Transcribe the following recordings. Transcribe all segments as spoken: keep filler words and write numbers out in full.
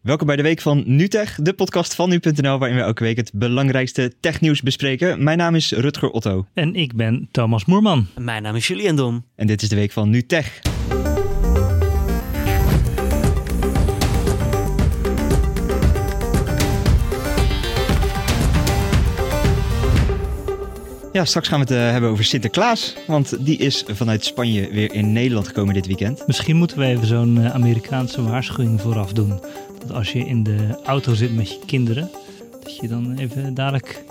Welkom bij de week van NuTech, de podcast van nu punt n l, waarin we elke week het belangrijkste technieuws bespreken. Mijn naam is Rutger Otto. En ik ben Thomas Moerman. Mijn naam is Julian Dom. En dit is de week van NuTech. Ja, straks gaan we het uh, hebben over Sinterklaas, want die is vanuit Spanje weer in Nederland gekomen dit weekend. Misschien moeten we even zo'n uh, Amerikaanse waarschuwing vooraf doen. Dat als je in de auto zit met je kinderen, dat je dan even dadelijk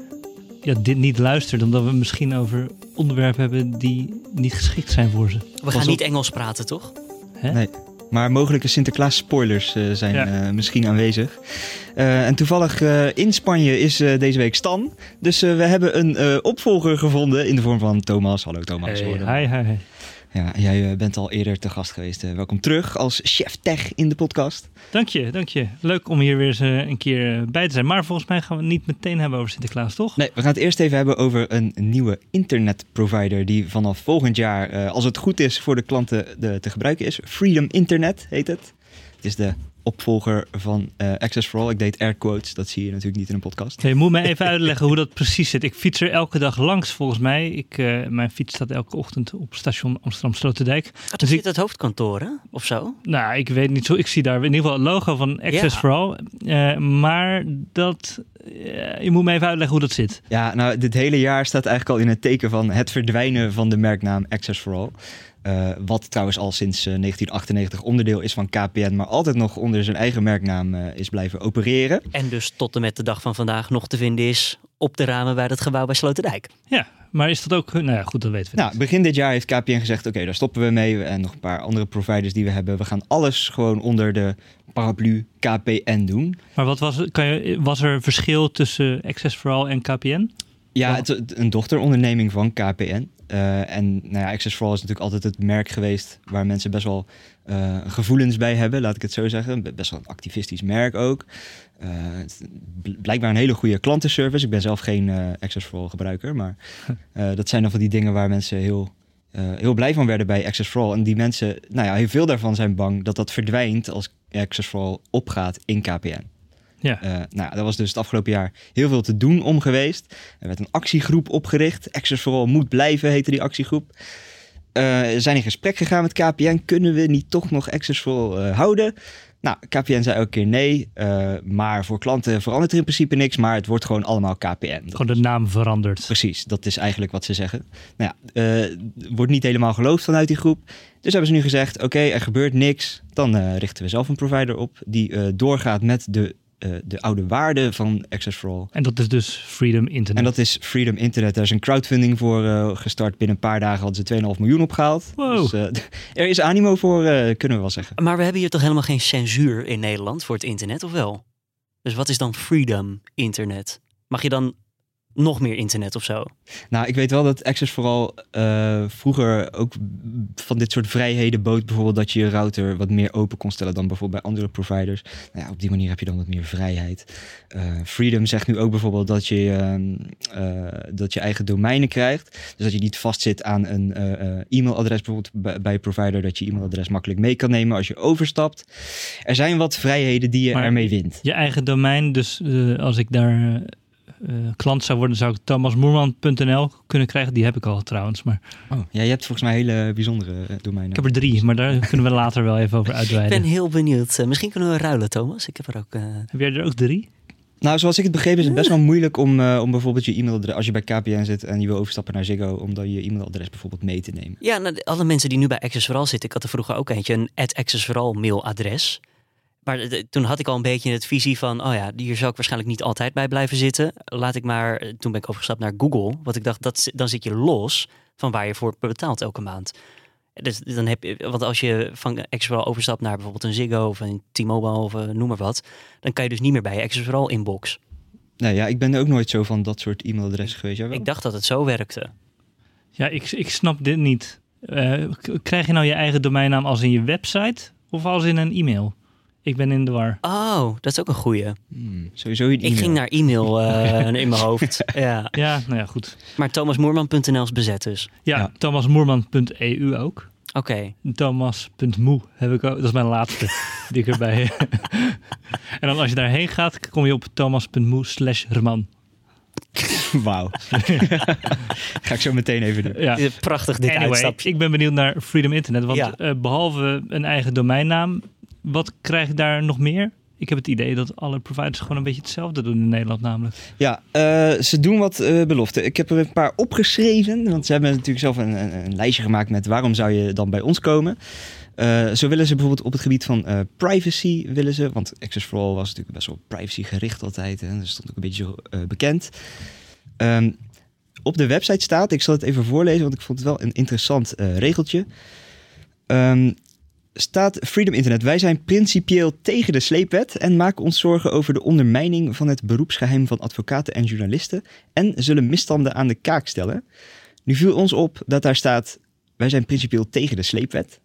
ja, dit niet luistert, omdat we misschien over onderwerpen hebben die niet geschikt zijn voor ze. We gaan niet Engels praten, toch? Hè? Nee. Maar mogelijke Sinterklaas-spoilers uh, zijn ja. uh, misschien aanwezig. Uh, en toevallig uh, in Spanje is uh, deze week Stan. Dus uh, we hebben een uh, opvolger gevonden in de vorm van Thomas. Hallo Thomas. Hey, hi, hi, hi. Ja, jij uh, bent al eerder te gast geweest. Uh, welkom terug als chef tech in de podcast. Dank je, dank je. Leuk om hier weer eens uh, een keer uh, bij te zijn. Maar volgens mij gaan we het niet meteen hebben over Sinterklaas, toch? Nee, we gaan het eerst even hebben over een nieuwe internetprovider die vanaf volgend jaar, uh, als het goed is voor de klanten, de, te gebruiken is. Freedom Internet heet het. Het is de opvolger van uh, Access for All. Ik deed air quotes, dat zie je natuurlijk niet in een podcast. Je moet me even uitleggen hoe dat precies zit. Ik fiets er elke dag langs volgens mij. Ik, uh, mijn fiets staat elke ochtend op station Amsterdam-Sloterdijk. Oh, dat dus zit ik... het hoofdkantoor, hè? Of zo? Nou, ik weet niet zo. Ik zie daar in ieder geval het logo van Access ja. for All. Uh, maar dat... Uh, je moet me even uitleggen hoe dat zit. Ja, nou, dit hele jaar staat eigenlijk al in het teken van het verdwijnen van de merknaam Access for All. Uh, wat trouwens al sinds uh, negentien achtennegentig onderdeel is van K P N, maar altijd nog onder zijn eigen merknaam uh, is blijven opereren. En dus tot en met de dag van vandaag nog te vinden is op de ramen bij het gebouw bij Sloterdijk. Ja, maar is dat ook... Nou ja, goed, dat weten we. Nou, begin dit jaar heeft K P N gezegd, oké, okay, daar stoppen we mee. En nog een paar andere providers die we hebben. We gaan alles gewoon onder de paraplu K P N doen. Maar wat was, kan je, was er verschil tussen Access for All en K P N? Ja, het, een dochteronderneming van K P N. Uh, en nou ja, Access for All is natuurlijk altijd het merk geweest waar mensen best wel uh, gevoelens bij hebben, laat ik het zo zeggen. Best wel een activistisch merk ook. Uh, blijkbaar een hele goede klantenservice. Ik ben zelf geen uh, Access for All gebruiker, maar uh, dat zijn dan van die dingen waar mensen heel, uh, heel blij van werden bij Access for All. En die mensen, nou ja, heel veel daarvan zijn bang dat dat verdwijnt als Access for All opgaat in K P N. Ja. Uh, nou, daar was dus het afgelopen jaar heel veel te doen om geweest. Er werd een actiegroep opgericht. Access for All moet blijven, heette die actiegroep. Uh, we zijn in gesprek gegaan met K P N. Kunnen we niet toch nog Access for All uh, houden? Nou, K P N zei elke keer nee. Uh, maar voor klanten verandert er in principe niks. Maar het wordt gewoon allemaal K P N. Dat gewoon de naam verandert. Precies, dat is eigenlijk wat ze zeggen. Nou ja, uh, wordt niet helemaal geloofd vanuit die groep. Dus hebben ze nu gezegd, oké, okay, er gebeurt niks. Dan uh, richten we zelf een provider op die uh, doorgaat met de Uh, de oude waarde van Access for All. En dat is dus Freedom Internet. En dat is Freedom Internet. Daar is een crowdfunding voor uh, gestart. Binnen een paar dagen hadden ze twee komma vijf miljoen opgehaald. Wow. Dus uh, er is animo voor, uh, kunnen we wel zeggen. Maar we hebben hier toch helemaal geen censuur in Nederland voor het internet, of wel? Dus wat is dan Freedom Internet? Mag je dan nog meer internet of zo? Nou, ik weet wel dat Access for All uh, vroeger ook van dit soort vrijheden bood. Bijvoorbeeld dat je je router wat meer open kon stellen dan bijvoorbeeld bij andere providers. Nou ja, op die manier heb je dan wat meer vrijheid. Uh, Freedom zegt nu ook bijvoorbeeld dat je, uh, uh, dat je eigen domeinen krijgt. Dus dat je niet vastzit aan een uh, uh, e-mailadres bijvoorbeeld bij, bij een provider. Dat je e-mailadres makkelijk mee kan nemen als je overstapt. Er zijn wat vrijheden die je maar ermee wint. Je eigen domein, dus uh, als ik daar... Uh... Uh, klant zou worden, zou ik thomas moerman punt n l kunnen krijgen. Die heb ik al trouwens. Maar... Oh, ja, je hebt volgens mij hele bijzondere uh, domeinen. Ik heb er drie, maar daar kunnen we later wel even over uitweiden. Ik ben heel benieuwd. Uh, misschien kunnen we ruilen, Thomas. Ik heb er ook... Uh... Heb jij er ook drie? Nou, zoals ik het begreep is het best wel moeilijk om, uh, om bijvoorbeeld je e-mailadres, als je bij K P N zit en je wil overstappen naar Ziggo, om dan je e-mailadres bijvoorbeeld mee te nemen. Ja, nou, alle mensen die nu bij Access for All zitten, ik had er vroeger ook eentje, een at Access for All mailadres. Maar de, toen had ik al een beetje het visie van, oh ja, hier zou ik waarschijnlijk niet altijd bij blijven zitten. Laat ik maar, toen ben ik overgestapt naar Google. Want ik dacht, dat, dan zit je los van waar je voor betaalt elke maand. Dus dan heb je, want als je van Access for All overstapt naar bijvoorbeeld een Ziggo of een T-Mobile of uh, noem maar wat, dan kan je dus niet meer bij je Access for All inbox. Nee, ja, ik ben ook nooit zo van dat soort e-mailadressen geweest. Jij wel? Ik dacht dat het zo werkte. Ja, ik, ik snap dit niet. Uh, krijg je nou je eigen domeinnaam als in je website of als in een e-mail? Ik ben in de war. Oh, dat is ook een goeie. Hmm, sowieso je Ik ging naar e-mail uh, in mijn hoofd. Ja. ja, nou ja, goed. Maar thomas moerman punt n l is bezet dus. Ja, ja. thomas moerman punt e u ook. Oké. Okay. Thomas punt moe heb ik ook. Dat is mijn laatste die ik erbij. En dan als je daarheen gaat, kom je op thomas punt moe slash Herman. Wauw. Ga ik zo meteen even doen. Ja. Prachtig dit anyway, uitstapje. Ik ben benieuwd naar Freedom Internet. Want ja. uh, behalve een eigen domeinnaam, wat krijg je daar nog meer? Ik heb het idee dat alle providers gewoon een beetje hetzelfde doen in Nederland namelijk. Ja, uh, ze doen wat uh, beloften. Ik heb er een paar opgeschreven. Want ze hebben natuurlijk zelf een, een, een lijstje gemaakt met waarom zou je dan bij ons komen. Uh, zo willen ze bijvoorbeeld op het gebied van uh, privacy willen ze. Want Access for All was natuurlijk best wel privacy gericht altijd. En dat stond ook een beetje zo uh, bekend. Um, op de website staat, ik zal het even voorlezen, want ik vond het wel een interessant uh, regeltje. Um, staat Freedom Internet. Wij zijn principieel tegen de sleepwet en maken ons zorgen over de ondermijning van het beroepsgeheim van advocaten en journalisten en zullen misstanden aan de kaak stellen. Nu viel ons op dat daar staat, wij zijn principieel tegen de sleepwet.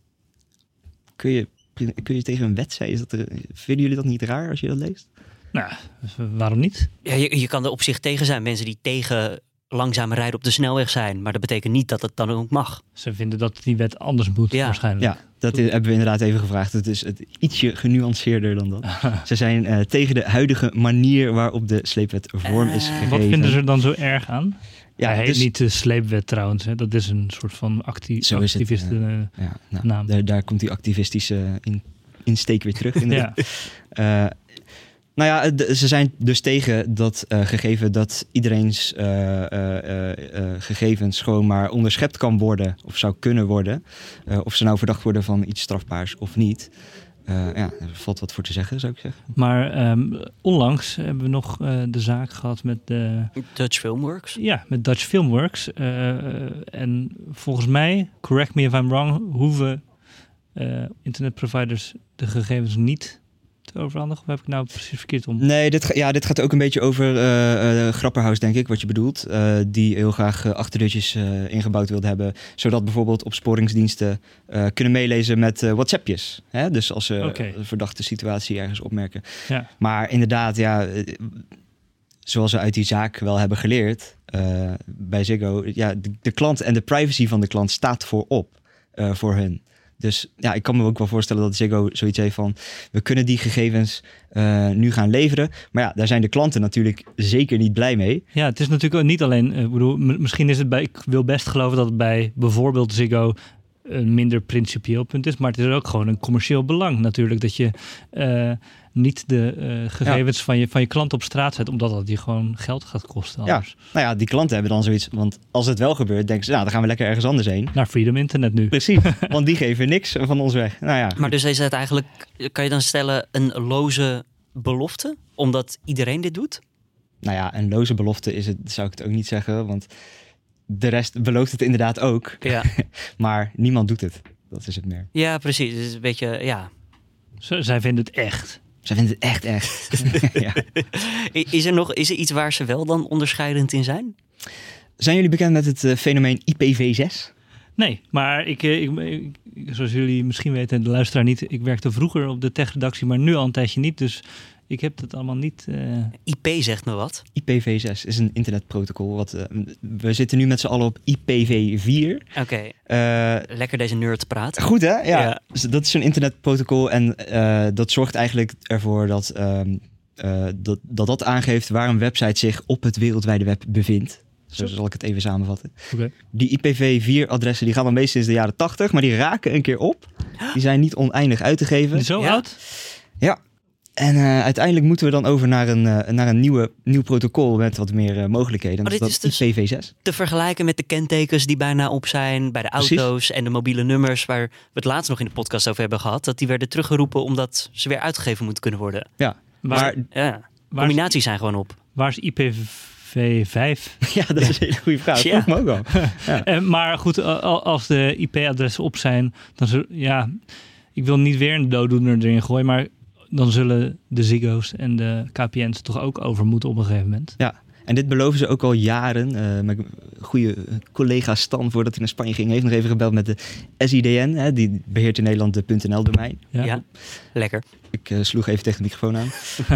Kun je, kun je tegen een wet zijn? Is dat er, vinden jullie dat niet raar als je dat leest? Nou, waarom niet? Ja, je, je kan er op zich tegen zijn. Mensen die tegen langzaam rijden op de snelweg zijn. Maar dat betekent niet dat het dan ook mag. Ze vinden dat die wet anders moet ja. waarschijnlijk. Ja, dat hebben we inderdaad even gevraagd. Het is het ietsje genuanceerder dan dat. Ze zijn uh, tegen de huidige manier waarop de sleepwet vorm is gegeven. Wat vinden ze dan zo erg aan? Ja, Hij heet dus, niet de sleepwet trouwens. Hè? Dat is een soort van acti- Zo is het, activisten uh, ja, nou, naam. Daar, daar komt die activistische in, insteek weer terug. Ja. Uh, nou ja, de, ze zijn dus tegen dat uh, gegeven dat iedereen's uh, uh, uh, uh, gegevens gewoon maar onderschept kan worden of zou kunnen worden. Uh, of ze nou verdacht worden van iets strafbaars of niet. Uh, ja, er valt wat voor te zeggen, zou ik zeggen. Maar um, onlangs hebben we nog uh, de zaak gehad met de Dutch Filmworks. Ja, met Dutch Filmworks. Uh, en volgens mij, correct me if I'm wrong, hoeven uh, internetproviders de gegevens niet te overhandigen. Of heb ik nou precies verkeerd om? Nee, dit, ga, ja, dit gaat ook een beetje over uh, uh, Grapperhaus, denk ik, wat je bedoelt. Uh, die heel graag uh, achterdeurtjes uh, ingebouwd wilde hebben. Zodat bijvoorbeeld opsporingsdiensten uh, kunnen meelezen met uh, WhatsAppjes. Hè? Dus als ze Okay. een verdachte situatie ergens opmerken. Ja. Maar inderdaad, ja, uh, zoals we uit die zaak wel hebben geleerd uh, bij Ziggo. Ja, de, de klant en de privacy van de klant staat voorop uh, voor hun. Dus ja, ik kan me ook wel voorstellen dat Ziggo zoiets heeft van, we kunnen die gegevens uh, nu gaan leveren. Maar ja, daar zijn de klanten natuurlijk zeker niet blij mee. Ja, het is natuurlijk niet alleen, ik bedoel, misschien is het bij, ik wil best geloven dat het bij bijvoorbeeld Ziggo een minder principieel punt is, maar het is ook gewoon een commercieel belang natuurlijk, dat je uh, niet de uh, gegevens ja. van, je, van je klant op straat zet, omdat dat je gewoon geld gaat kosten anders. Ja, nou ja, die klanten hebben dan zoiets, want als het wel gebeurt, denken ze, nou, dan gaan we lekker ergens anders heen. Naar Freedom Internet nu. Precies, want die geven niks van ons weg. Nou ja, maar dus is het eigenlijk, kan je dan stellen, een loze belofte, omdat iedereen dit doet? Nou ja, een loze belofte is het, zou ik het ook niet zeggen, want de rest belooft het inderdaad ook. Ja. Maar niemand doet het. Dat is het meer. Ja, precies. Het is een beetje, ja. Z- zij vinden het echt. Zij vinden het echt, echt. Ja. Is er nog is er iets waar ze wel dan onderscheidend in zijn? Zijn jullie bekend met het uh, fenomeen I P v zes? Nee, maar ik, ik, ik, zoals jullie misschien weten, de luisteraar niet, ik werkte vroeger op de techredactie, maar nu al een tijdje niet, dus ik heb het allemaal niet... Uh... I P zegt me wat. I P v zes is een internetprotocol. Wat, uh, we zitten nu met z'n allen op I P v vier. Oké, okay. uh, lekker deze nerd praten. Goed hè? Ja, ja. Dus dat is een internetprotocol en uh, dat zorgt eigenlijk ervoor dat, um, uh, dat, dat dat aangeeft waar een website zich op het wereldwijde web bevindt. Zo zal ik het even samenvatten. Okay. Die I P v vier adressen die gaan dan meest sinds de jaren tachtig, maar die raken een keer op. Die zijn niet oneindig uit te geven. Zo ja. oud? Ja. En uh, uiteindelijk moeten we dan over naar een, uh, naar een nieuwe, nieuw protocol met wat meer uh, mogelijkheden. Maar dit dat is dus I P v zes. Te vergelijken met de kentekens die bijna op zijn bij de auto's. Precies. En de mobiele nummers waar we het laatst nog in de podcast over hebben gehad. Dat die werden teruggeroepen omdat ze weer uitgegeven moeten kunnen worden. Ja, maar, maar ja, combinaties zijn gewoon op. Waar is I P v vijf? Ja, dat is een hele goede vraag. Ja. Dat vroeg me ook al. Ja. En, maar goed, als de I P-adressen op zijn, dan zullen, ja, ik wil niet weer een dooddoener erin gooien, maar dan zullen de Ziggo's en de K P N's toch ook over moeten op een gegeven moment. Ja, en dit beloven ze ook al jaren. Uh, mijn goede collega Stan, voordat hij naar Spanje ging, heeft nog even gebeld met de S I D N. Hè, die beheert in Nederland de .nl-domein. Ja, ja, lekker. Ik uh, sloeg even tegen de microfoon aan.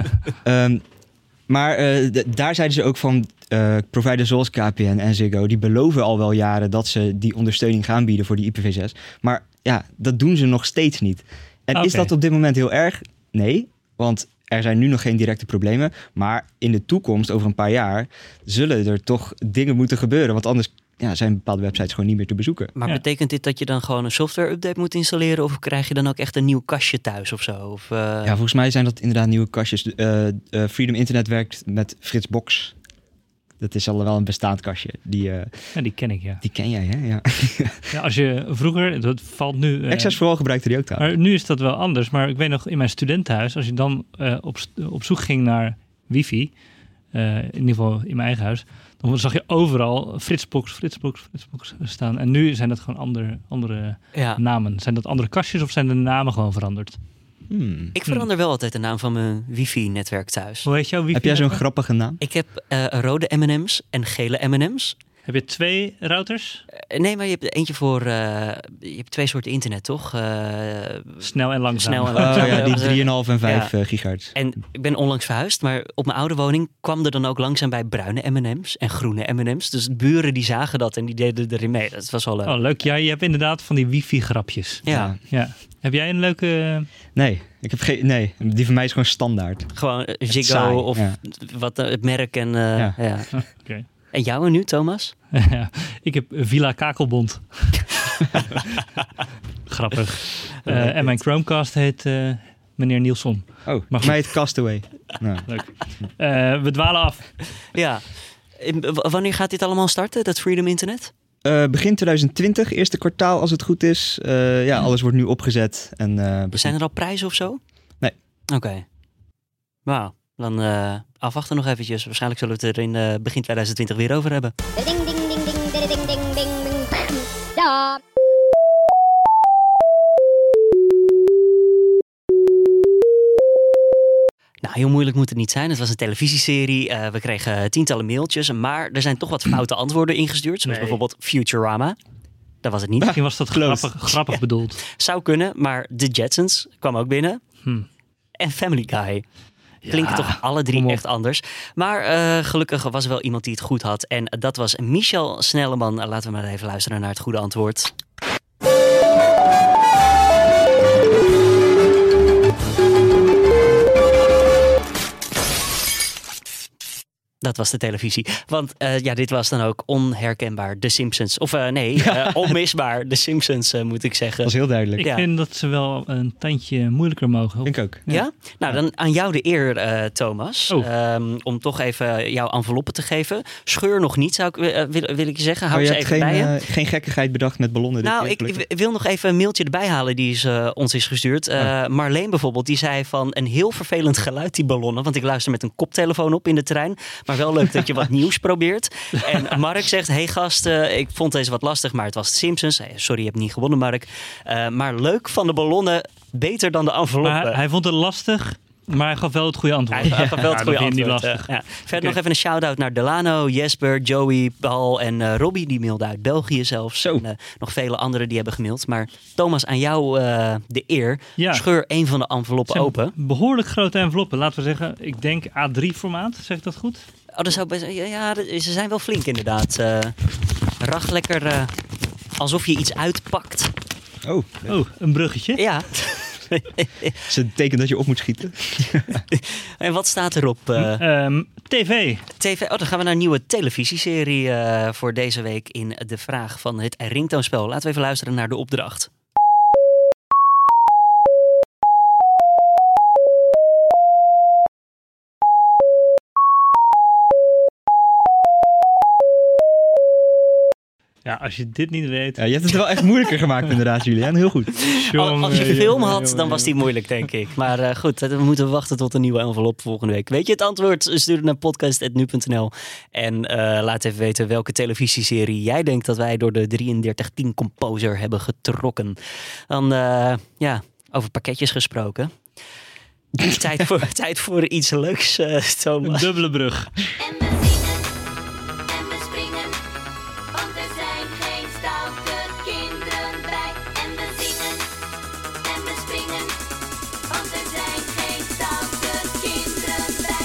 um, maar uh, d- daar zeiden ze ook van, uh, providers zoals K P N en Ziggo, die beloven al wel jaren dat ze die ondersteuning gaan bieden voor die I P v zes. Maar ja, dat doen ze nog steeds niet. En Okay. is dat op dit moment heel erg? Nee, want er zijn nu nog geen directe problemen. Maar in de toekomst, over een paar jaar, zullen er toch dingen moeten gebeuren. Want anders ja, zijn bepaalde websites gewoon niet meer te bezoeken. Maar Ja. betekent dit dat je dan gewoon een software-update moet installeren? Of krijg je dan ook echt een nieuw kastje thuis of zo? Of, uh... Ja, volgens mij zijn dat inderdaad nieuwe kastjes. Uh, uh, Freedom Internet werkt met Fritzbox. Dat is al wel een bestaand kastje. Die, uh, Ja, die ken ik, ja. die ken jij, hè? Ja. ja als je vroeger, dat valt nu... Uh, Access for All gebruikte die ook trouwens. Maar nu is dat wel anders. Maar ik weet nog, in mijn studentenhuis, als je dan uh, op, op zoek ging naar wifi, uh, in ieder geval in mijn eigen huis, dan zag je overal Fritzbox, Fritzbox, Fritzbox staan. En nu zijn dat gewoon andere, andere ja. namen. Zijn dat andere kastjes of zijn de namen gewoon veranderd? Hmm. Ik verander wel altijd de naam van mijn wifi-netwerk thuis. Hoe heet jouw wifi? Heb jij zo'n grappige naam? Ik heb uh, rode M en M's en gele M en M's. Heb je twee routers? Uh, nee, maar je hebt eentje voor... Uh, je hebt twee soorten internet, toch? Uh, Snel en langzaam. Snel en Oh langzaam. ja, die drie komma vijf en vijf Ja. uh, gigahertz. En ik ben onlangs verhuisd, maar op mijn oude woning kwam er dan ook langzaam bij bruine M en M's en groene M en M's. Dus buren die zagen dat en die deden erin mee. Dat was wel leuk. Oh, leuk. Ja, je hebt inderdaad van die wifi-grapjes. Ja, Ja. Heb jij een leuke... Nee, ik heb geen. Nee, die van mij is gewoon standaard. gewoon uh, Ziggo saai, of ja. wat uh, het merk. En, uh, Ja. ja. Oké. En jou en nu, Thomas? Ja, ik heb Villa Kakelbond. Grappig. Uh, en mijn Chromecast heet uh, meneer Nielsen. Oh, Maar voor mij het Castaway. Nou, Leuk. Uh, we dwalen af. Ja. En w- wanneer gaat dit allemaal starten, dat Freedom Internet? uh, begin twintig twintig, eerste kwartaal als het goed is. Uh, ja, alles wordt nu opgezet. En, uh, Zijn er al prijzen of zo? Nee. Oké. Okay. Wauw. Dan uh, afwachten nog eventjes. Waarschijnlijk zullen we het er in uh, begin twintig twintig weer over hebben. Ding ding ding ding ding ding ding ding ding. Ja. Nou, heel moeilijk moet het niet zijn. Het was een televisieserie. Uh, we kregen tientallen mailtjes. Maar er zijn toch wat foute antwoorden ingestuurd. Zoals Nee. bijvoorbeeld Futurama. Dat was het niet. Misschien was dat grappig, grappig Ja. bedoeld. Zou kunnen, maar The Jetsons kwam ook binnen. Hm. En Family Guy. Klinken Ja, toch alle drie kom op. echt anders. Maar uh, gelukkig was er wel iemand die het goed had. En dat was Michel Snelleman. Laten we maar even luisteren naar het goede antwoord. Dat was de televisie. Want uh, ja, dit was dan ook onherkenbaar The Simpsons. Of uh, nee, uh, onmisbaar The Simpsons uh, moet ik zeggen. dat was heel duidelijk. Ik Ja. vind dat ze wel een tandje moeilijker mogen. Ik ook. Ja? Nou, dan aan jou de eer, uh, Thomas. Oh. Um, om toch even jouw enveloppen te geven. Scheur nog niet, zou ik, uh, wil, wil ik je zeggen. Hou Oh, je ze hebt even geen, bij je. uh, geen gekkigheid bedacht met ballonnen. dit Nou, keer, ik, gelukkig. ik wil nog even een mailtje erbij halen die is, uh, ons is gestuurd. Uh, Oh. Marleen bijvoorbeeld, die zei van een heel vervelend geluid, die ballonnen. Want ik luister met een koptelefoon op in de trein. Maar wel leuk dat je wat nieuws probeert. En Mark zegt, hey gast, uh, ik vond deze wat lastig, maar het was de Simpsons. Hey, sorry, je hebt niet gewonnen, Mark. Uh, maar leuk van de ballonnen, beter dan de enveloppen. Maar hij, hij vond het lastig, maar hij gaf wel het goede antwoord. Hij gaf wel het Ja, goede dat vind je niet antwoord. lastig. Ja. Ja. Verder Oké. nog even een shout-out naar Delano, Jesper, Joey, Paul en uh, Robbie. Die mailden uit België zelfs. Zo. En uh, nog vele anderen die hebben gemaild. Maar Thomas, aan jou uh, de eer. Ja. Scheur een van de enveloppen Zijn open. Behoorlijk grote enveloppen. Laten we zeggen, ik denk A drie formaat. Zeg ik dat goed? Oh, dat zou best, ja, ja, dat- ze zijn wel flink inderdaad. Uh, racht lekker uh, alsof je iets uitpakt. Oh, Oh, een bruggetje. Ja. is het teken dat je op moet schieten? En wat staat erop? Uh, Um, T V. T V. Oh, dan gaan we naar een nieuwe televisieserie uh, voor deze week in de vraag van het ringtoonspel. Laten we even luisteren naar de opdracht. Ja, als je dit niet weet. Ja, je hebt het wel echt moeilijker gemaakt inderdaad, Julian. Heel goed. Al- Als je Jongen, film jongen, had, jongen, dan was die moeilijk, denk ik. Maar uh, goed, we moeten wachten tot een nieuwe envelop volgende week. Weet je het antwoord? Stuur het naar podcast punt nu punt n l. En uh, laat even weten welke televisieserie jij denkt dat wij door de drieëndertig tien Composer hebben getrokken. Dan, uh, ja, over pakketjes gesproken. tijd, voor, tijd voor iets leuks, uh, Een Thomas. dubbele brug. En we zingen en we springen, want er zijn geen stoute kinderen bij. En we zingen en we springen, want er zijn geen stoute kinderen bij.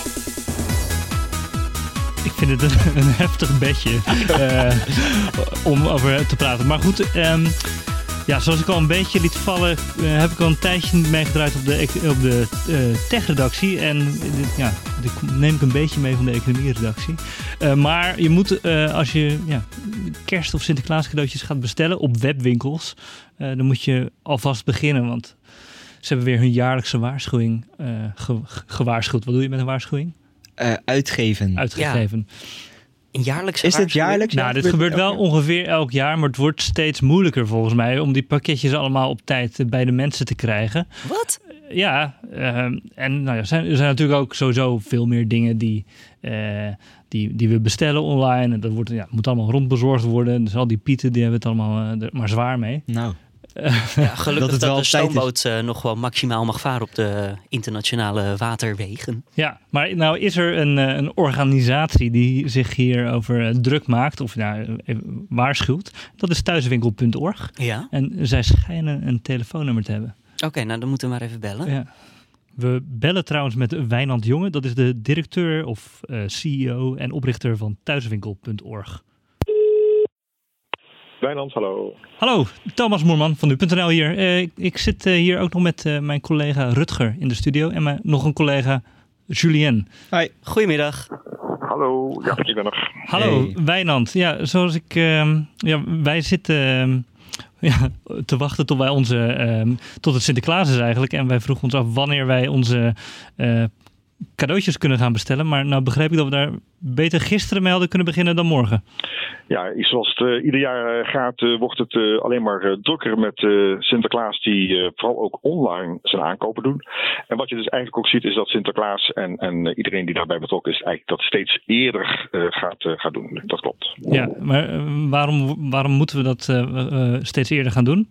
Ik vind het een, een heftig bedje uh, om over te praten. Maar goed, um, Ja, zoals ik al een beetje liet vallen, uh, heb ik al een tijdje meegedraaid op de, op de uh, tech-redactie. En uh, ja, dit neem ik een beetje mee van de economie-redactie. Uh, maar je moet, uh, als je ja, kerst- of Sinterklaas cadeautjes gaat bestellen op webwinkels, uh, dan moet je alvast beginnen, want ze hebben weer hun jaarlijkse waarschuwing uh, ge- gewaarschuwd. Wat doe je met een waarschuwing? Uh, uitgeven. Uitgegeven. Ja. Een jaarlijkse Is dit jaarlijks? Nou, dit gebeurt wel ongeveer elk jaar, maar het wordt steeds moeilijker volgens mij om die pakketjes allemaal op tijd bij de mensen te krijgen. Wat? Ja, uh, en nou ja, er, zijn, er zijn natuurlijk ook sowieso veel meer dingen die, uh, die, die we bestellen online. En dat wordt, ja, moet allemaal rondbezorgd worden. Dus al die pieten, die hebben het allemaal uh, er maar zwaar mee. Nou. Ja, gelukkig dat, het dat wel de stoomboot uh, nog wel maximaal mag varen op de internationale waterwegen. Ja, maar nou is er een, een organisatie die zich hierover druk maakt of nou, waarschuwt. Dat is thuiswinkel punt org. Ja. En zij schijnen een telefoonnummer te hebben. Oké, okay, nou dan moeten we maar even bellen. Ja. We bellen trouwens met Wijnand Jonge. Dat is de directeur of uh, C E O en oprichter van thuiswinkel punt org. Wijnand, hallo. Hallo, Thomas Moerman van nu punt n l hier. Uh, ik, ik zit uh, hier ook nog met uh, mijn collega Rutger in de studio en mijn, nog een collega Julien. Hoi. Goedemiddag. Hallo, ja, ik ben er. Hallo, hey. Wijnand. Ja, zoals ik... Uh, ja, wij zitten uh, ja, te wachten tot wij onze... Uh, tot het Sinterklaas is eigenlijk. En wij vroegen ons af wanneer wij onze uh, cadeautjes kunnen gaan bestellen. Maar nou begreep ik dat we daar beter gisteren mee hadden kunnen beginnen dan morgen. Ja, zoals het uh, ieder jaar uh, gaat, uh, wordt het uh, alleen maar uh, drukker met uh, Sinterklaas die uh, vooral ook online zijn aankopen doen. En wat je dus eigenlijk ook ziet is dat Sinterklaas en, en uh, iedereen die daarbij betrokken is, eigenlijk dat steeds eerder uh, gaat, uh, gaat doen. Dat klopt. Ja, maar uh, waarom, waarom moeten we dat uh, uh, steeds eerder gaan doen?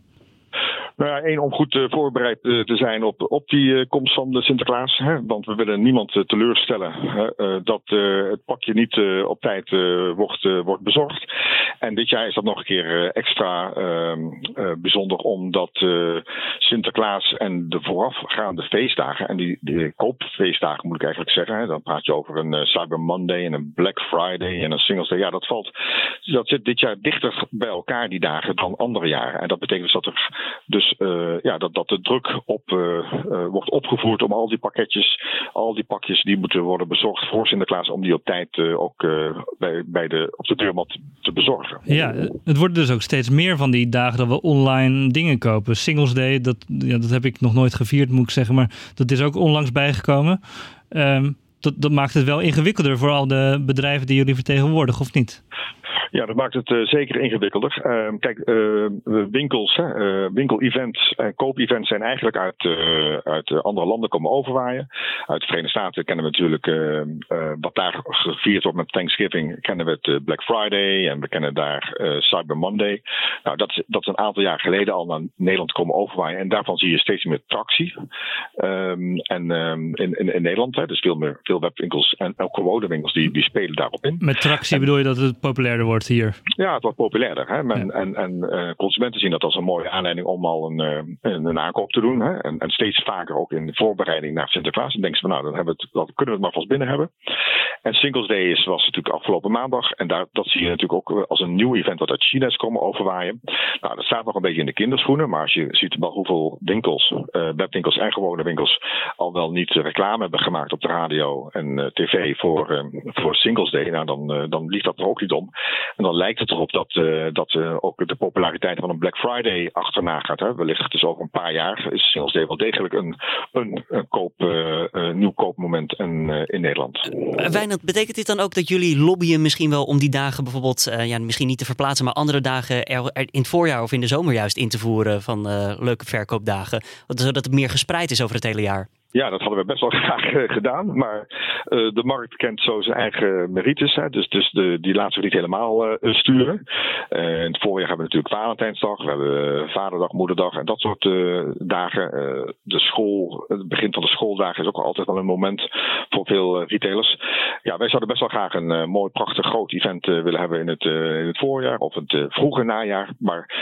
Nou ja, één, om goed uh, voorbereid uh, te zijn op, op die uh, komst van de Sinterklaas. Hè? Want we willen niemand uh, teleurstellen hè? Uh, dat uh, het pakje niet uh, op tijd uh, wordt, uh, wordt bezorgd. En dit jaar is dat nog een keer uh, extra uh, uh, bijzonder, omdat uh, Sinterklaas en de voorafgaande feestdagen, en die, die koopfeestdagen moet ik eigenlijk zeggen, hè? Dan praat je over een uh, Cyber Monday en een Black Friday en een Singles Day. Ja, dat valt, dat zit dit jaar dichter bij elkaar die dagen dan andere jaren. En dat betekent dus dat er dus Uh, ja, dat, dat de druk op, uh, uh, wordt opgevoerd om al die pakketjes, al die pakjes die moeten worden bezorgd voor Sinterklaas, om die op tijd uh, ook uh, bij, bij de, op de deurmat te bezorgen. Ja, het worden dus ook steeds meer van die dagen dat we online dingen kopen. Singles Day, dat, ja, dat heb ik nog nooit gevierd, moet ik zeggen, maar dat is ook onlangs bijgekomen. Um, dat, dat maakt het wel ingewikkelder voor al de bedrijven die jullie vertegenwoordigen, of niet? Ja, dat maakt het uh, zeker ingewikkelder. Uh, kijk, uh, winkels, uh, winkel-events en koop-events zijn eigenlijk uit, uh, uit uh, andere landen komen overwaaien. Uit de Verenigde Staten kennen we natuurlijk uh, uh, wat daar gevierd wordt met Thanksgiving. Kennen we het uh, Black Friday en we kennen daar uh, Cyber Monday. Nou, dat is, dat is een aantal jaar geleden al naar Nederland komen overwaaien. En daarvan zie je steeds meer tractie. Um, en um, in, in, in Nederland, hè, dus veel meer veel webwinkels en ook gewone winkels die, die spelen daarop in. Met tractie en, bedoel je dat het populairder wordt hier? Ja, het wordt populairder. Hè? Men, ja. En, en uh, consumenten zien dat als een mooie aanleiding om al een, uh, een, een aankoop te doen. Hè? En, en steeds vaker ook in de voorbereiding naar Sinterklaas. Dan denken ze van nou, dan, hebben we het, dan kunnen we het maar vast binnen hebben. En Singles Day is, was natuurlijk afgelopen maandag. En daar, dat zie je natuurlijk ook als een nieuw event wat uit China is komen overwaaien. Nou, dat staat nog een beetje in de kinderschoenen. Maar als je ziet wel hoeveel winkels, uh, webwinkels en gewone winkels al wel niet reclame hebben gemaakt op de radio en uh, tv voor, uh, voor Singles Day. Nou, dan, uh, dan liegt dat er ook niet om. En dan lijkt het erop dat, uh, dat uh, ook de populariteit van een Black Friday achterna gaat. Hè. Wellicht dus over een paar jaar is Singles Day wel degelijk een, een, een koop, uh, uh, nieuw koopmoment in, uh, in Nederland. Uh, Wijnand, betekent dit dan ook dat jullie lobbyen misschien wel om die dagen bijvoorbeeld, uh, ja, misschien niet te verplaatsen, maar andere dagen er, er in het voorjaar of in de zomer juist in te voeren van uh, leuke verkoopdagen, zodat het meer gespreid is over het hele jaar? Ja, dat hadden we best wel graag uh, gedaan. Maar uh, de markt kent zo zijn eigen merites. Hè, dus dus de, die laten we niet helemaal uh, sturen. Uh, in het voorjaar hebben we natuurlijk Valentijnsdag. We hebben uh, Vaderdag, Moederdag en dat soort uh, dagen. Uh, de school, het begin van de schooldagen is ook altijd wel een moment voor veel uh, retailers. Ja, wij zouden best wel graag een uh, mooi, prachtig, groot event uh, willen hebben in het, uh, in het voorjaar of het uh, vroege najaar. Maar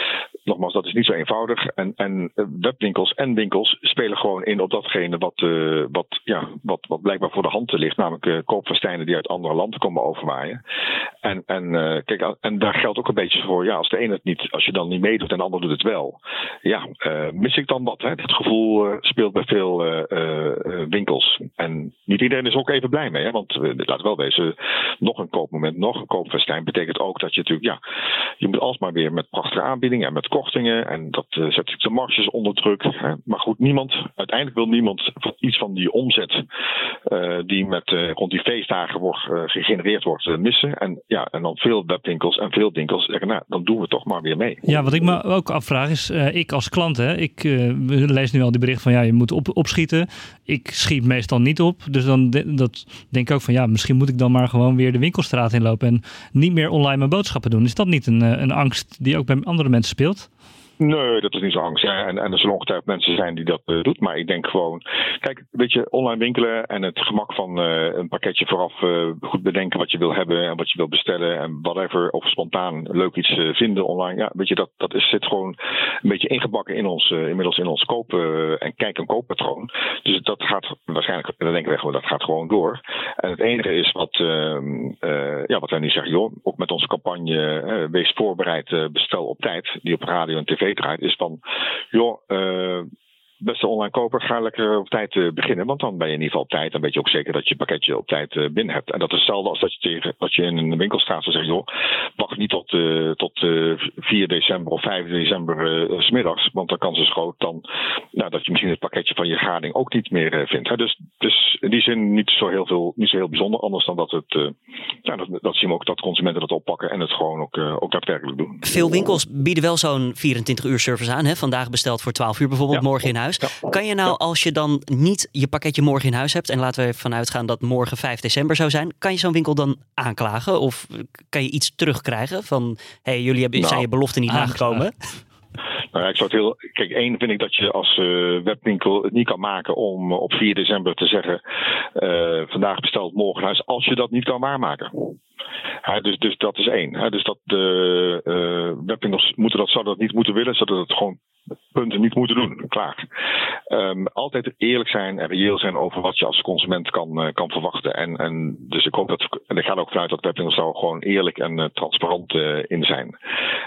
nogmaals, dat is niet zo eenvoudig. En, en webwinkels en winkels spelen gewoon in op datgene wat, uh, wat, ja, wat, wat blijkbaar voor de hand ligt. Namelijk uh, koopfestijnen die uit andere landen komen overwaaien. En, en, uh, kijk, en daar geldt ook een beetje voor, ja, als de ene het niet, als je dan niet meedoet en de ander doet het wel. Ja, uh, mis ik dan wat? Hè? Het gevoel uh, speelt bij veel uh, uh, winkels. En niet iedereen is ook even blij mee. Hè? Want uh, laat wel wezen, nog een koopmoment, nog een koopfestijn betekent ook dat je natuurlijk, ja, je moet alsmaar weer met prachtige aanbiedingen en met kortingen. En dat uh, zet de marges onder druk. Hè? Maar goed, niemand, uiteindelijk wil niemand iets van die omzet uh, die met uh, rond die feestdagen wordt uh, gegenereerd wordt uh, missen. En ja, en dan veel webwinkels en veel winkels zeggen, nou, dan doen we toch maar weer mee. Ja, wat ik me ook afvraag is, uh, ik als klant, hè, ik uh, lees nu al die bericht van, ja, je moet op, opschieten. Ik schiet meestal niet op. Dus dan de, dat denk ik ook van, ja, misschien moet ik dan maar gewoon weer de winkelstraat inlopen en niet meer online mijn boodschappen doen. Is dat niet een, een angst die ook bij andere mensen speelt? Nee, dat is niet zo angst. Ja. En, en er zullen ongetwijfeld mensen zijn die dat uh, doet. Maar ik denk gewoon, kijk, weet je, online winkelen en het gemak van uh, een pakketje vooraf uh, goed bedenken wat je wil hebben en wat je wil bestellen en whatever, of spontaan leuk iets uh, vinden online. Ja, weet je, dat, dat is, zit gewoon een beetje ingebakken in ons, uh, inmiddels in ons koop- uh, en kijk- en kooppatroon. Dus dat gaat waarschijnlijk, dat denken we, dat gaat gewoon door. En het enige is wat, uh, uh, ja, wat wij nu zeggen, joh, ook met onze campagne, uh, wees voorbereid, uh, bestel op tijd, die op radio en tv draait, is van, joh, uh, beste online koper, ga lekker op tijd uh, beginnen, want dan ben je in ieder geval op tijd. Dan weet je ook zeker dat je het pakketje op tijd uh, binnen hebt. En dat is hetzelfde als dat je, tegen, dat je in een winkelstraat zou zeggen, joh, wacht niet tot, uh, tot uh, vier december of vijf december uh, 's middags, want dan kans is groot dan, nou, dat je misschien het pakketje van je gading ook niet meer uh, vindt. Hè? Dus, dus in die zin niet zo heel veel, niet zo heel bijzonder, anders dan dat het, uh, nou, dat, dat zien we ook dat consumenten dat oppakken en het gewoon ook, uh, ook daadwerkelijk doen. Veel winkels bieden wel zo'n vierentwintig uur service aan. Hè? Vandaag besteld voor twaalf uur bijvoorbeeld, Ja. morgen in huis. Ja. Kan je nou, ja. als je dan niet je pakketje morgen in huis hebt, en laten we ervan uitgaan dat morgen vijf december zou zijn, kan je zo'n winkel dan aanklagen? Of kan je iets terugkrijgen van, hé, hey, jullie hebben, nou, zijn je belofte niet nagekomen? Nou ja, ik zou het heel. Kijk, één vind ik dat je als uh, webwinkel het niet kan maken om op vier december te zeggen, uh, vandaag besteld, morgen in huis, als je dat niet kan waarmaken. Ja, dus, dus dat is één. Ja, dus dat de uh, webwinkels moeten dat, zouden dat niet moeten willen, zodat het gewoon punten niet moeten doen. Klaar. Um, altijd eerlijk zijn en reëel zijn over wat je als consument kan, uh, kan verwachten. En, en dus ik hoop dat, en ik ga er ook vanuit dat webwinkels daar gewoon eerlijk en uh, transparant uh, in zijn.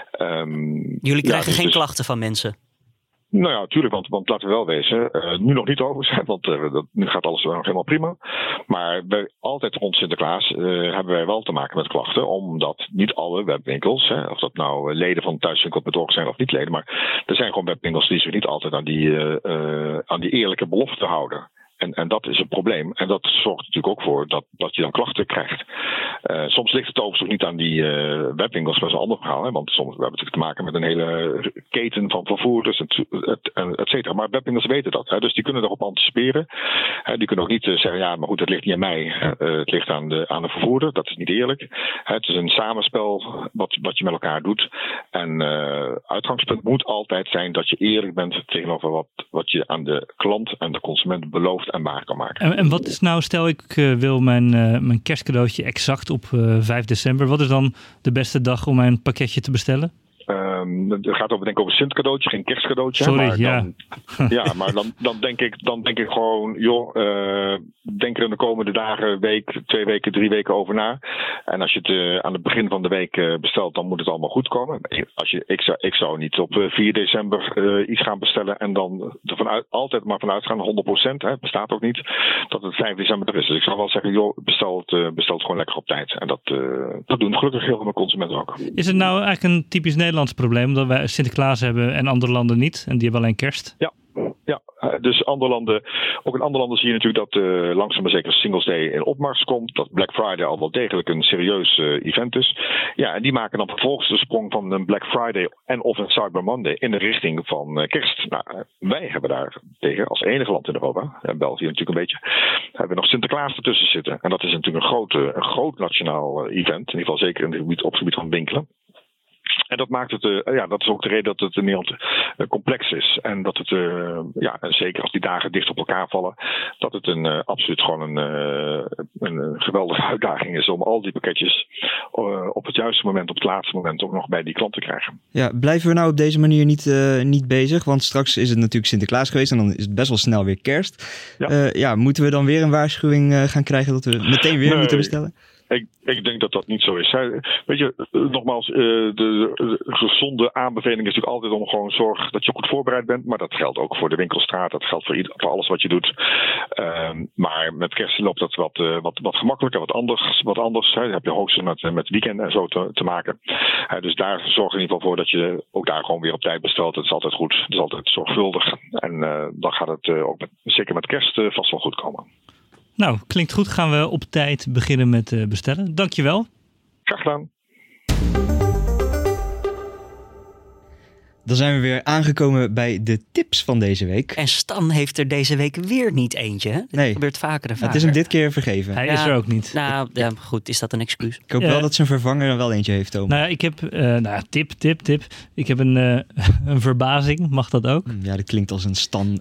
Um, Jullie krijgen ja, dus, geen dus, klachten van mensen? Nou ja, natuurlijk, want, want laten we wel wezen, uh, nu nog niet over, want uh, dat, nu gaat alles nog helemaal prima. Maar bij, altijd rond Sinterklaas uh, hebben wij wel te maken met klachten, omdat niet alle webwinkels, hè, of dat nou leden van thuiswinkelbedrijf zijn of niet leden, maar er zijn gewoon webwinkels die zich niet altijd aan die, uh, uh, aan die eerlijke belofte houden. En, en dat is een probleem. En dat zorgt natuurlijk ook voor dat, dat je dan klachten krijgt. Uh, soms ligt het overigens ook niet aan die uh, webwinkels, dat is een ander verhaal. Hè? Want soms we hebben natuurlijk te maken met een hele keten van vervoerders, et, et, et cetera. Maar webwinkels weten dat. Hè? Dus die kunnen erop anticiperen. Hè? Die kunnen ook niet uh, zeggen, ja, maar goed, het ligt niet aan mij. Uh, het ligt aan de, aan de vervoerder. Dat is niet eerlijk. Hè? Het is een samenspel wat, wat je met elkaar doet. En uh, uitgangspunt moet altijd zijn dat je eerlijk bent tegenover wat, wat je aan de klant en de consument belooft en waar kan maken. En, en wat is nou, stel ik uh, wil mijn, uh, mijn kerstcadeautje exact op uh, vijf december. Wat is dan de beste dag om mijn pakketje te bestellen? Um, het gaat over, denk ik, over Sint-cadeautje, geen kerstcadeautje. Sorry, maar ja. Dan, ja, maar dan, dan, denk ik, dan denk ik gewoon, joh, uh, denk er in de komende dagen, week, twee weken, drie weken over na. En als je het uh, aan het begin van de week uh, bestelt, dan moet het allemaal goed komen. Als je, ik, zou, ik zou niet op uh, vier december uh, iets gaan bestellen en dan er vanuit, altijd maar vanuit gaan, honderd procent, hè, bestaat ook niet, dat het vijf december er is. Dus ik zou wel zeggen, joh, bestel het, uh, bestel het gewoon lekker op tijd. En dat, uh, dat doen gelukkig heel veel consumenten ook. Is het nou eigenlijk een typisch Nederlands probleem, dat wij Sinterklaas hebben en andere landen niet, en die hebben alleen kerst? Ja. Ja, dus andere landen, ook in andere landen zie je natuurlijk dat uh, langzaam maar zeker Singles Day in opmars komt. Dat Black Friday al wel degelijk een serieus uh, event is. Ja, en die maken dan vervolgens de sprong van een Black Friday en of een Cyber Monday in de richting van uh, kerst. Nou, wij hebben daar tegen als enige land in Europa, en België natuurlijk een beetje, hebben we nog Sinterklaas ertussen zitten. En dat is natuurlijk een groot, een groot nationaal event, in ieder geval zeker in het gebied, op het gebied van winkelen. En dat maakt het, uh, ja, dat is ook de reden dat het in Nederland uh, complex is. En dat het, uh, ja, en zeker als die dagen dicht op elkaar vallen, dat het een, uh, absoluut gewoon een, uh, een geweldige uitdaging is om al die pakketjes uh, op het juiste moment, op het laatste moment ook nog bij die klant te krijgen. Ja, blijven we nou op deze manier niet, uh, niet bezig? Want straks is het natuurlijk Sinterklaas geweest en dan is het best wel snel weer kerst. Ja, uh, ja moeten we dan weer een waarschuwing uh, gaan krijgen dat we meteen weer nee. moeten bestellen? Ik, ik denk dat dat niet zo is. Weet je, nogmaals, de, de, de gezonde aanbeveling is natuurlijk altijd om gewoon zorg dat je goed voorbereid bent. Maar dat geldt ook voor de winkelstraat, dat geldt voor, ieder, voor alles wat je doet. Um, maar met kerst loopt dat wat, uh, wat, wat gemakkelijker, wat anders. Wat anders hè. Dan heb je hoogstens met, met weekend en zo te, te maken. Uh, dus daar zorg in ieder geval voor dat je ook daar gewoon weer op tijd bestelt. Dat is altijd goed, dat is altijd zorgvuldig. En uh, dan gaat het uh, ook met, zeker met kerst uh, vast wel goed komen. Nou, klinkt goed. Gaan we op tijd beginnen met uh, bestellen. Dankjewel. Graag gedaan. Dan zijn we weer aangekomen bij de tips van deze week. En Stan heeft er deze week weer niet eentje. Hè? Dit nee. gebeurt vaker en vaker. Het is hem dit keer vergeven. Hij ja, is er ook niet. Nou, ja, goed. Is dat een excuus? Ik hoop ja. wel dat zijn vervanger er wel eentje heeft, Thomas. Nou ja, ik heb... Uh, nou, tip, tip, tip. Ik heb een, uh, een verbazing. Mag dat ook? Ja, dat klinkt als een Stan.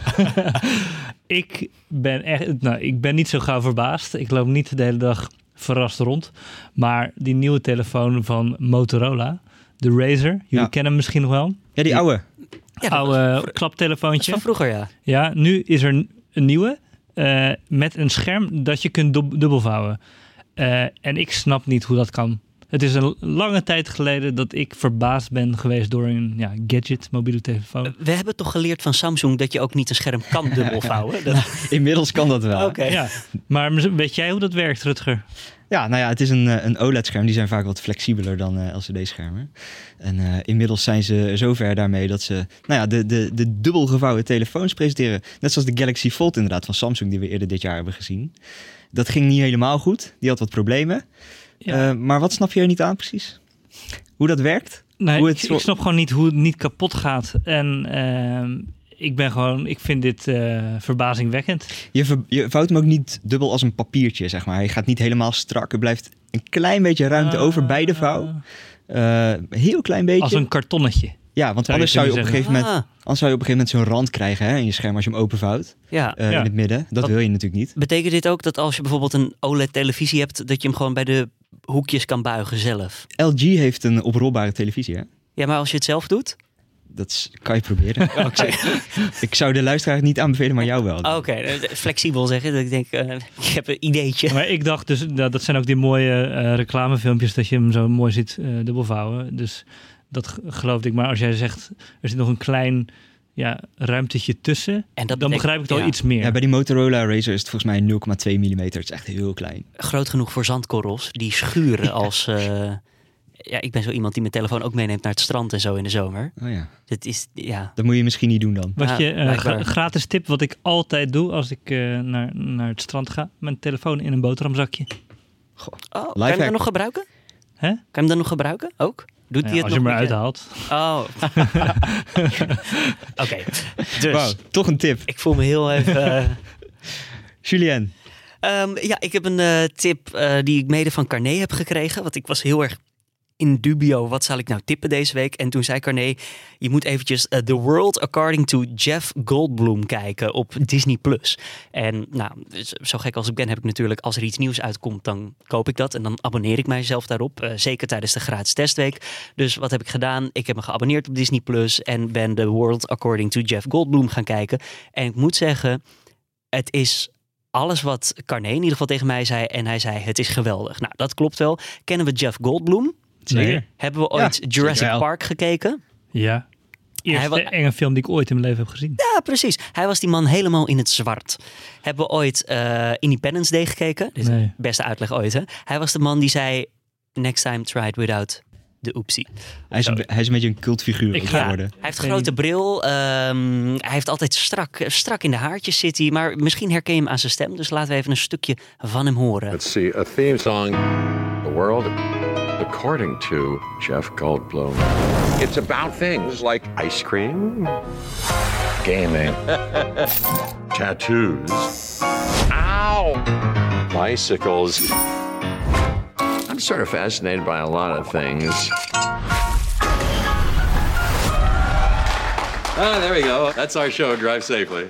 ik ben echt... Nou, ik ben niet zo gauw verbaasd. Ik loop niet de hele dag verrast rond. Maar die nieuwe telefoon van Motorola... De Razr, jullie ja. kennen hem misschien nog wel. Ja, die oude. Ja, oude vro- klaptelefoontje. Van vroeger, ja. Ja, nu is er een nieuwe uh, met een scherm dat je kunt dub- dubbelvouwen. Uh, en ik snap niet hoe dat kan. Het is een lange tijd geleden dat ik verbaasd ben geweest door een ja, gadget, mobiele telefoon. We hebben toch geleerd van Samsung dat je ook niet een scherm kan dubbelvouwen? Dat... Inmiddels kan dat wel. Okay. Ja. Maar weet jij hoe dat werkt, Rutger? Ja, nou ja, het is een, een O L E D-scherm. Die zijn vaak wat flexibeler dan uh, L C D-schermen. En uh, inmiddels zijn ze zover daarmee dat ze nou ja, de, de, de dubbelgevouwen telefoons presenteren. Net zoals de Galaxy Fold inderdaad van Samsung die we eerder dit jaar hebben gezien. Dat ging niet helemaal goed. Die had wat problemen. Ja. Uh, maar wat snap je er niet aan precies? Hoe dat werkt? Nee, hoe het... ik, ik snap gewoon niet hoe het niet kapot gaat. En uh, ik ben gewoon, ik vind dit uh, verbazingwekkend. Je, ver, je vouwt hem ook niet dubbel als een papiertje, zeg maar. Hij gaat niet helemaal strak. Er blijft een klein beetje ruimte uh, over bij de vouw. Uh, heel klein beetje. Als een kartonnetje. Ja, want anders zou, je op een gegeven moment, ah. anders zou je op een gegeven moment zo'n rand krijgen hè, in je scherm als je hem openvouwt. Ja. Uh, ja. In het midden. Dat Wat, wil je natuurlijk niet. Betekent dit ook dat als je bijvoorbeeld een O L E D-televisie hebt, dat je hem gewoon bij de hoekjes kan buigen zelf? L G heeft een oprolbare televisie, hè? Ja, maar als je het zelf doet? Dat is, kan je proberen. Okay. Ik zou de luisteraar niet aanbevelen, maar jou wel. Oké, okay. Flexibel zeggen. Ik denk, uh, ik heb een ideetje. Maar ik dacht dus, dat, dat zijn ook die mooie uh, reclamefilmpjes dat je hem zo mooi ziet uh, dubbelvouwen. Dus dat geloofde ik. Maar als jij zegt, er zit nog een klein ja, ruimtetje tussen, en dat dan betekent, begrijp ik het al ja. iets meer. Ja, bij die Motorola Razr is het volgens mij nul komma twee millimeter. Het is echt heel klein. Groot genoeg voor zandkorrels. Die schuren als... Uh, Ja, ik ben zo iemand die mijn telefoon ook meeneemt naar het strand en zo in de zomer. Oh ja. Dat is, ja. Dat moet je misschien niet doen dan. Wat ja, je, uh, gra- gratis tip wat ik altijd doe als ik uh, naar, naar het strand ga. Mijn telefoon in een boterhamzakje. Goh. Oh, kan je hem dan nog gebruiken? Hè? Kan je hem dan nog gebruiken? Ook? Doet ja, hij het als nog je hem eruit haalt. Oh. Oké. Okay. Dus. Wow, toch een tip. Ik voel me heel even... Uh... Julien. Um, ja, ik heb een uh, tip uh, die ik mede van Carné heb gekregen. Want ik was heel erg in dubio, wat zal ik nou tippen deze week? En toen zei Carné, je moet eventjes uh, The World According to Jeff Goldblum kijken op Disney plus. En nou, zo gek als ik ben, heb ik natuurlijk, als er iets nieuws uitkomt, dan koop ik dat. En dan abonneer ik mijzelf daarop. Uh, zeker tijdens de gratis testweek. Dus wat heb ik gedaan? Ik heb me geabonneerd op Disney plus en ben The World According to Jeff Goldblum gaan kijken. En ik moet zeggen, het is alles wat Carné in ieder geval tegen mij zei. En hij zei, het is geweldig. Nou, dat klopt wel. Kennen we Jeff Goldblum? Nee. Hebben we ooit ja, Jurassic zeker. Park gekeken? Ja. Eerste was... enge film die ik ooit in mijn leven heb gezien. Ja, precies. Hij was die man helemaal in het zwart. Hebben we ooit uh, Independence Day gekeken? Dit is nee. de beste uitleg ooit, hè? Hij was de man die zei, next time try it without the oopsie. Hij is, een, hij is een beetje een cultfiguur geworden. Hij heeft een grote bril. Um, hij heeft altijd strak, strak in de haartjes zit hij. Maar misschien herken je hem aan zijn stem. Dus laten we even een stukje van hem horen. Let's see, a theme song. The world according to Jeff Goldblum. It's about things like ice cream, gaming, tattoos, ow, bicycles. I'm sort of fascinated by a lot of things. Ah, there we go. That's our show. Drive safely.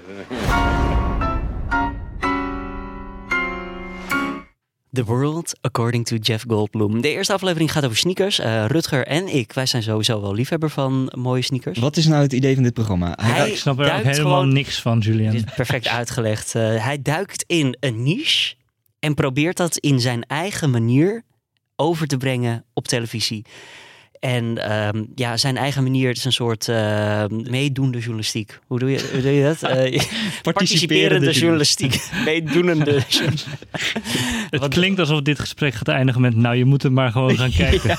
The World According to Jeff Goldblum. De eerste aflevering gaat over sneakers. Uh, Rutger en ik, wij zijn sowieso wel liefhebber van mooie sneakers. Wat is nou het idee van dit programma? Hij Hij Ik snap er ook duikt helemaal gewoon- niks van, Julian. Dit is perfect uitgelegd. Uh, hij duikt in een niche en probeert dat in zijn eigen manier over te brengen op televisie. En um, ja, zijn eigen manier, het is een soort uh, meedoende journalistiek. Hoe doe je, hoe doe je dat? Uh, participerende journalistiek. Meedoenende journalistiek. Het Wat- klinkt alsof dit gesprek gaat eindigen met... nou, je moet er maar gewoon gaan kijken.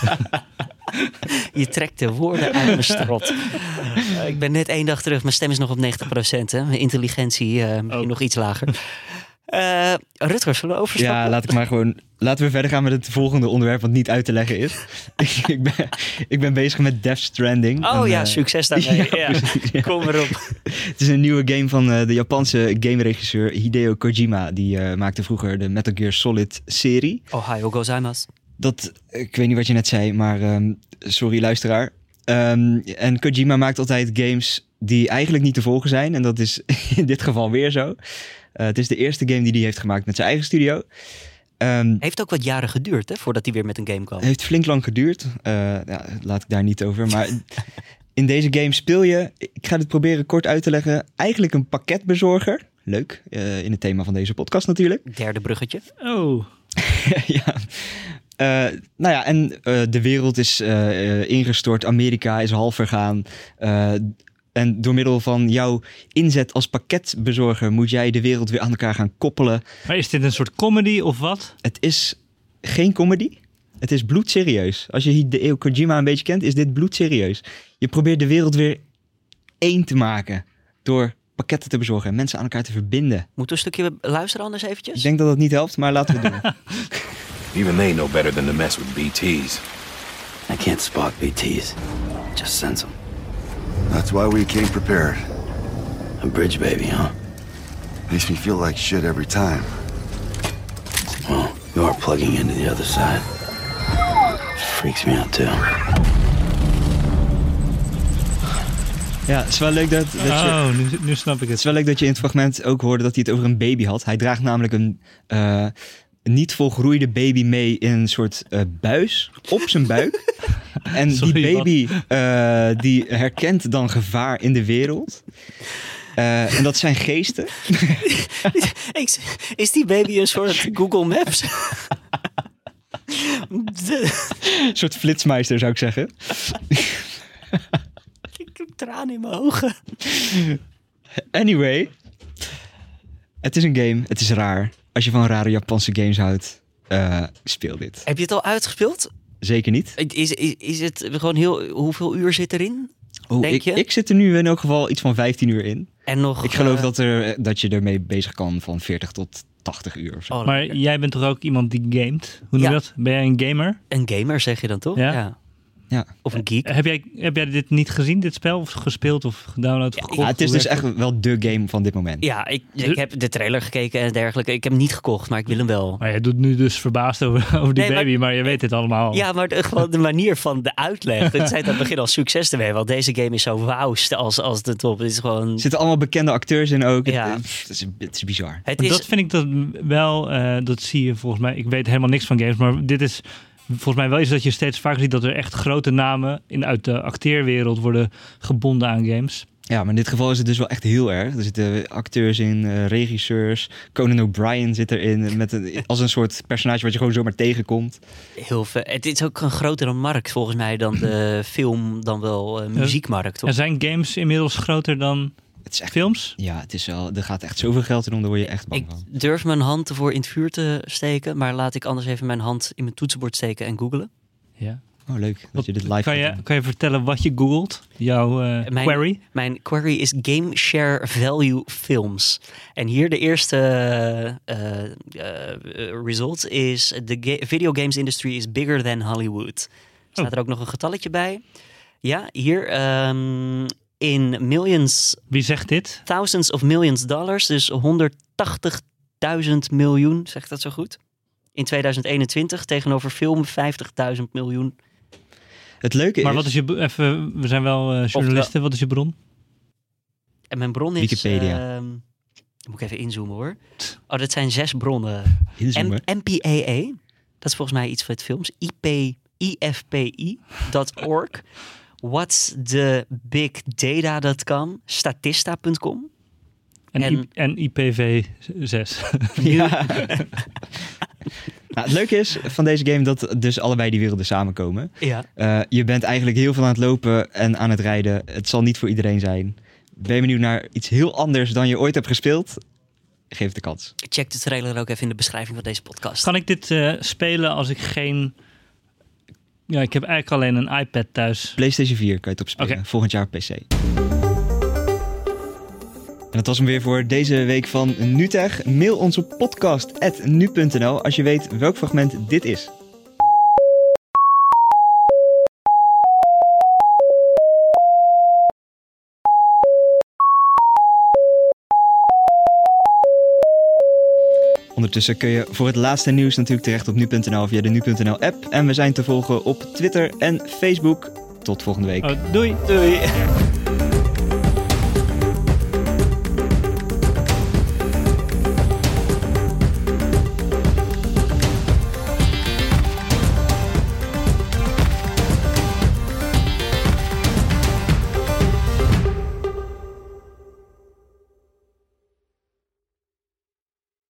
Je trekt de woorden uit mijn strot. Uh, ik ben net één dag terug. Mijn stem is nog op negentig procent. Hè? Mijn intelligentie uh, misschien Oh. nog iets lager. Uh, Rutger, zullen we overstappen? Ja, laat ik maar gewoon. Laten we verder gaan met het volgende onderwerp, wat niet uit te leggen is. ik, ben, ik ben bezig met Death Stranding. Oh Een, ja, eh, succes daarmee. ja, Ja, precies, ja. Kom erop. Het is een nieuwe game van uh, de Japanse gameregisseur Hideo Kojima. Die uh, maakte vroeger de Metal Gear Solid serie. Ohayou gozaimasu. Dat, ik weet niet wat je net zei, maar um, sorry luisteraar. Um, en Kojima maakt altijd games die eigenlijk niet te volgen zijn. En dat is in dit geval weer zo. Uh, het is de eerste game die hij heeft gemaakt met zijn eigen studio. Um, Heeft ook wat jaren geduurd hè, voordat hij weer met een game kwam. heeft flink lang geduurd. Uh, ja, laat ik daar niet over. Maar in deze game speel je, ik ga dit proberen kort uit te leggen, eigenlijk een pakketbezorger. Leuk, uh, in het thema van deze podcast natuurlijk. Derde bruggetje. Oh, ja. Uh, nou ja, en uh, de wereld is uh, uh, ingestort. Amerika is half vergaan. Uh, en door middel van jouw inzet als pakketbezorger moet jij de wereld weer aan elkaar gaan koppelen. maar is dit een soort comedy of wat? Het is geen comedy. Het is bloedserieus. Als je Hideo Kojima een beetje kent, is dit bloedserieus. Je probeert de wereld weer één te maken door pakketten te bezorgen en mensen aan elkaar te verbinden. Moeten we een stukje luisteren anders eventjes? Ik denk dat dat niet helpt, maar laten we het doen. Even they know better than to mess with B Ts. I can't spot B Ts. Just sense them. That's why we came prepared. A bridge baby, huh? Makes me feel like shit every time. Well, you are plugging into the other side. Freaks me out too. Ja, het is wel leuk dat, dat je... Oh, nu, nu snap ik Het het. is wel leuk dat je in het fragment ook hoorde dat hij het over een baby had. Hij draagt namelijk een uh, niet volgroeide baby mee in een soort uh, buis op zijn buik. En Sorry, die baby uh, die herkent dan gevaar in de wereld. Uh, en dat zijn geesten. Is, is die baby een soort Google Maps? Een soort flitsmeister zou ik zeggen. Ik heb tranen in mijn ogen. Anyway. Het is een game. Het is raar. Als je van rare Japanse games houdt, uh, speel dit. Heb je het al uitgespeeld? Zeker niet. Is, is, is het gewoon heel... Hoeveel uur zit erin? Oh, Denk ik, je? ik zit er nu in elk geval iets van vijftien uur in. En nog... Ik geloof uh, dat, er, dat je ermee bezig kan van veertig tot tachtig uur of zo. oh, Maar lekker. jij bent toch ook iemand die gamet? Hoe noem je Ja. dat? Ben jij een gamer? Een gamer zeg je dan toch? Ja. Ja. Of een geek. Heb jij, heb jij dit niet gezien, dit spel? Of gespeeld of gedownload of Ja, gekocht? Ja, het is Hoe dus werkt echt wel de game van dit moment. Ja, ik, ik heb de trailer gekeken en dergelijke. Ik heb hem niet gekocht, maar ik wil hem wel. Maar jij doet nu dus verbaasd over, over die Nee, maar- baby, maar je weet het allemaal. Ja, maar de, gewoon de manier van de uitleg. Het zei aan het begin al succes ermee. Want deze game is zo wauwst als, als de top. Het is gewoon... Er zitten allemaal bekende acteurs in ook. Ja. Het, pff, het, is, het is bizar. Het Maar is, dat vind ik dat wel, uh, dat zie je volgens mij. Ik weet helemaal niks van games, maar dit is volgens mij wel iets dat je steeds vaker ziet dat er echt grote namen in, uit de acteerwereld worden gebonden aan games. Ja, maar in dit geval is het dus wel echt heel erg. Er zitten acteurs in, uh, regisseurs. Conan O'Brien zit erin. Met een, als een soort personage wat je gewoon zomaar tegenkomt. heel veel. Het is ook een grotere markt volgens mij dan de film, dan wel uh, muziekmarkt. Toch? Er zijn games inmiddels groter dan Het is echt, films. ja, het is wel, er gaat echt zoveel geld in om. Daar word je echt bang Ik van. durf mijn hand ervoor in het vuur te steken, maar laat ik anders even mijn hand in mijn toetsenbord steken en googlen. Ja. Oh, leuk dat je dit live Kan je, gaat doen. kan je vertellen wat je googelt? Jouw uh, Mijn- query? Mijn query is Game Share Value Films. En hier de eerste uh, uh, result is: the ga- video games industry is bigger than Hollywood. Staat Oh. er ook nog een getalletje bij? Ja, hier um, in millions, Wie zegt dit? thousands of millions dollars, dus honderdtachtigduizend miljoen, zegt dat zo goed? In tweeduizend eenentwintig tegenover film vijftigduizend miljoen. Het leuke Maar is... wat is je... Even, we zijn wel uh, journalisten. Wat is je bron? En mijn bron is... Wikipedia. Uh, moet ik even inzoomen hoor. Oh, dat zijn zes bronnen. Inzoomen? M- M P A A. Dat is volgens mij iets van het films. I P I F P I dot org. What's the big data dot com. Statista punt com. En, En- I- en I P v zes. Ja. Nou, het leuke is van deze game dat dus allebei die werelden samenkomen. Ja. Uh, je bent eigenlijk heel veel aan het lopen en aan het rijden. Het zal niet voor iedereen zijn. Ben je benieuwd naar iets heel anders dan je ooit hebt gespeeld? Geef het de kans. Check de trailer ook even in de beschrijving van deze podcast. Kan ik dit uh, spelen als ik geen... Ja, ik heb eigenlijk alleen een iPad thuis. PlayStation vier kan je het op spelen. Oké. Volgend jaar op P C. En dat was hem weer voor deze week van NuTech. Mail ons op podcast at nu punt n l als je weet welk fragment dit is. Ondertussen kun je voor het laatste nieuws natuurlijk terecht op nu punt n l via de nu punt n l app. En we zijn te volgen op Twitter en Facebook. Tot volgende week. Oh, doei. Doei.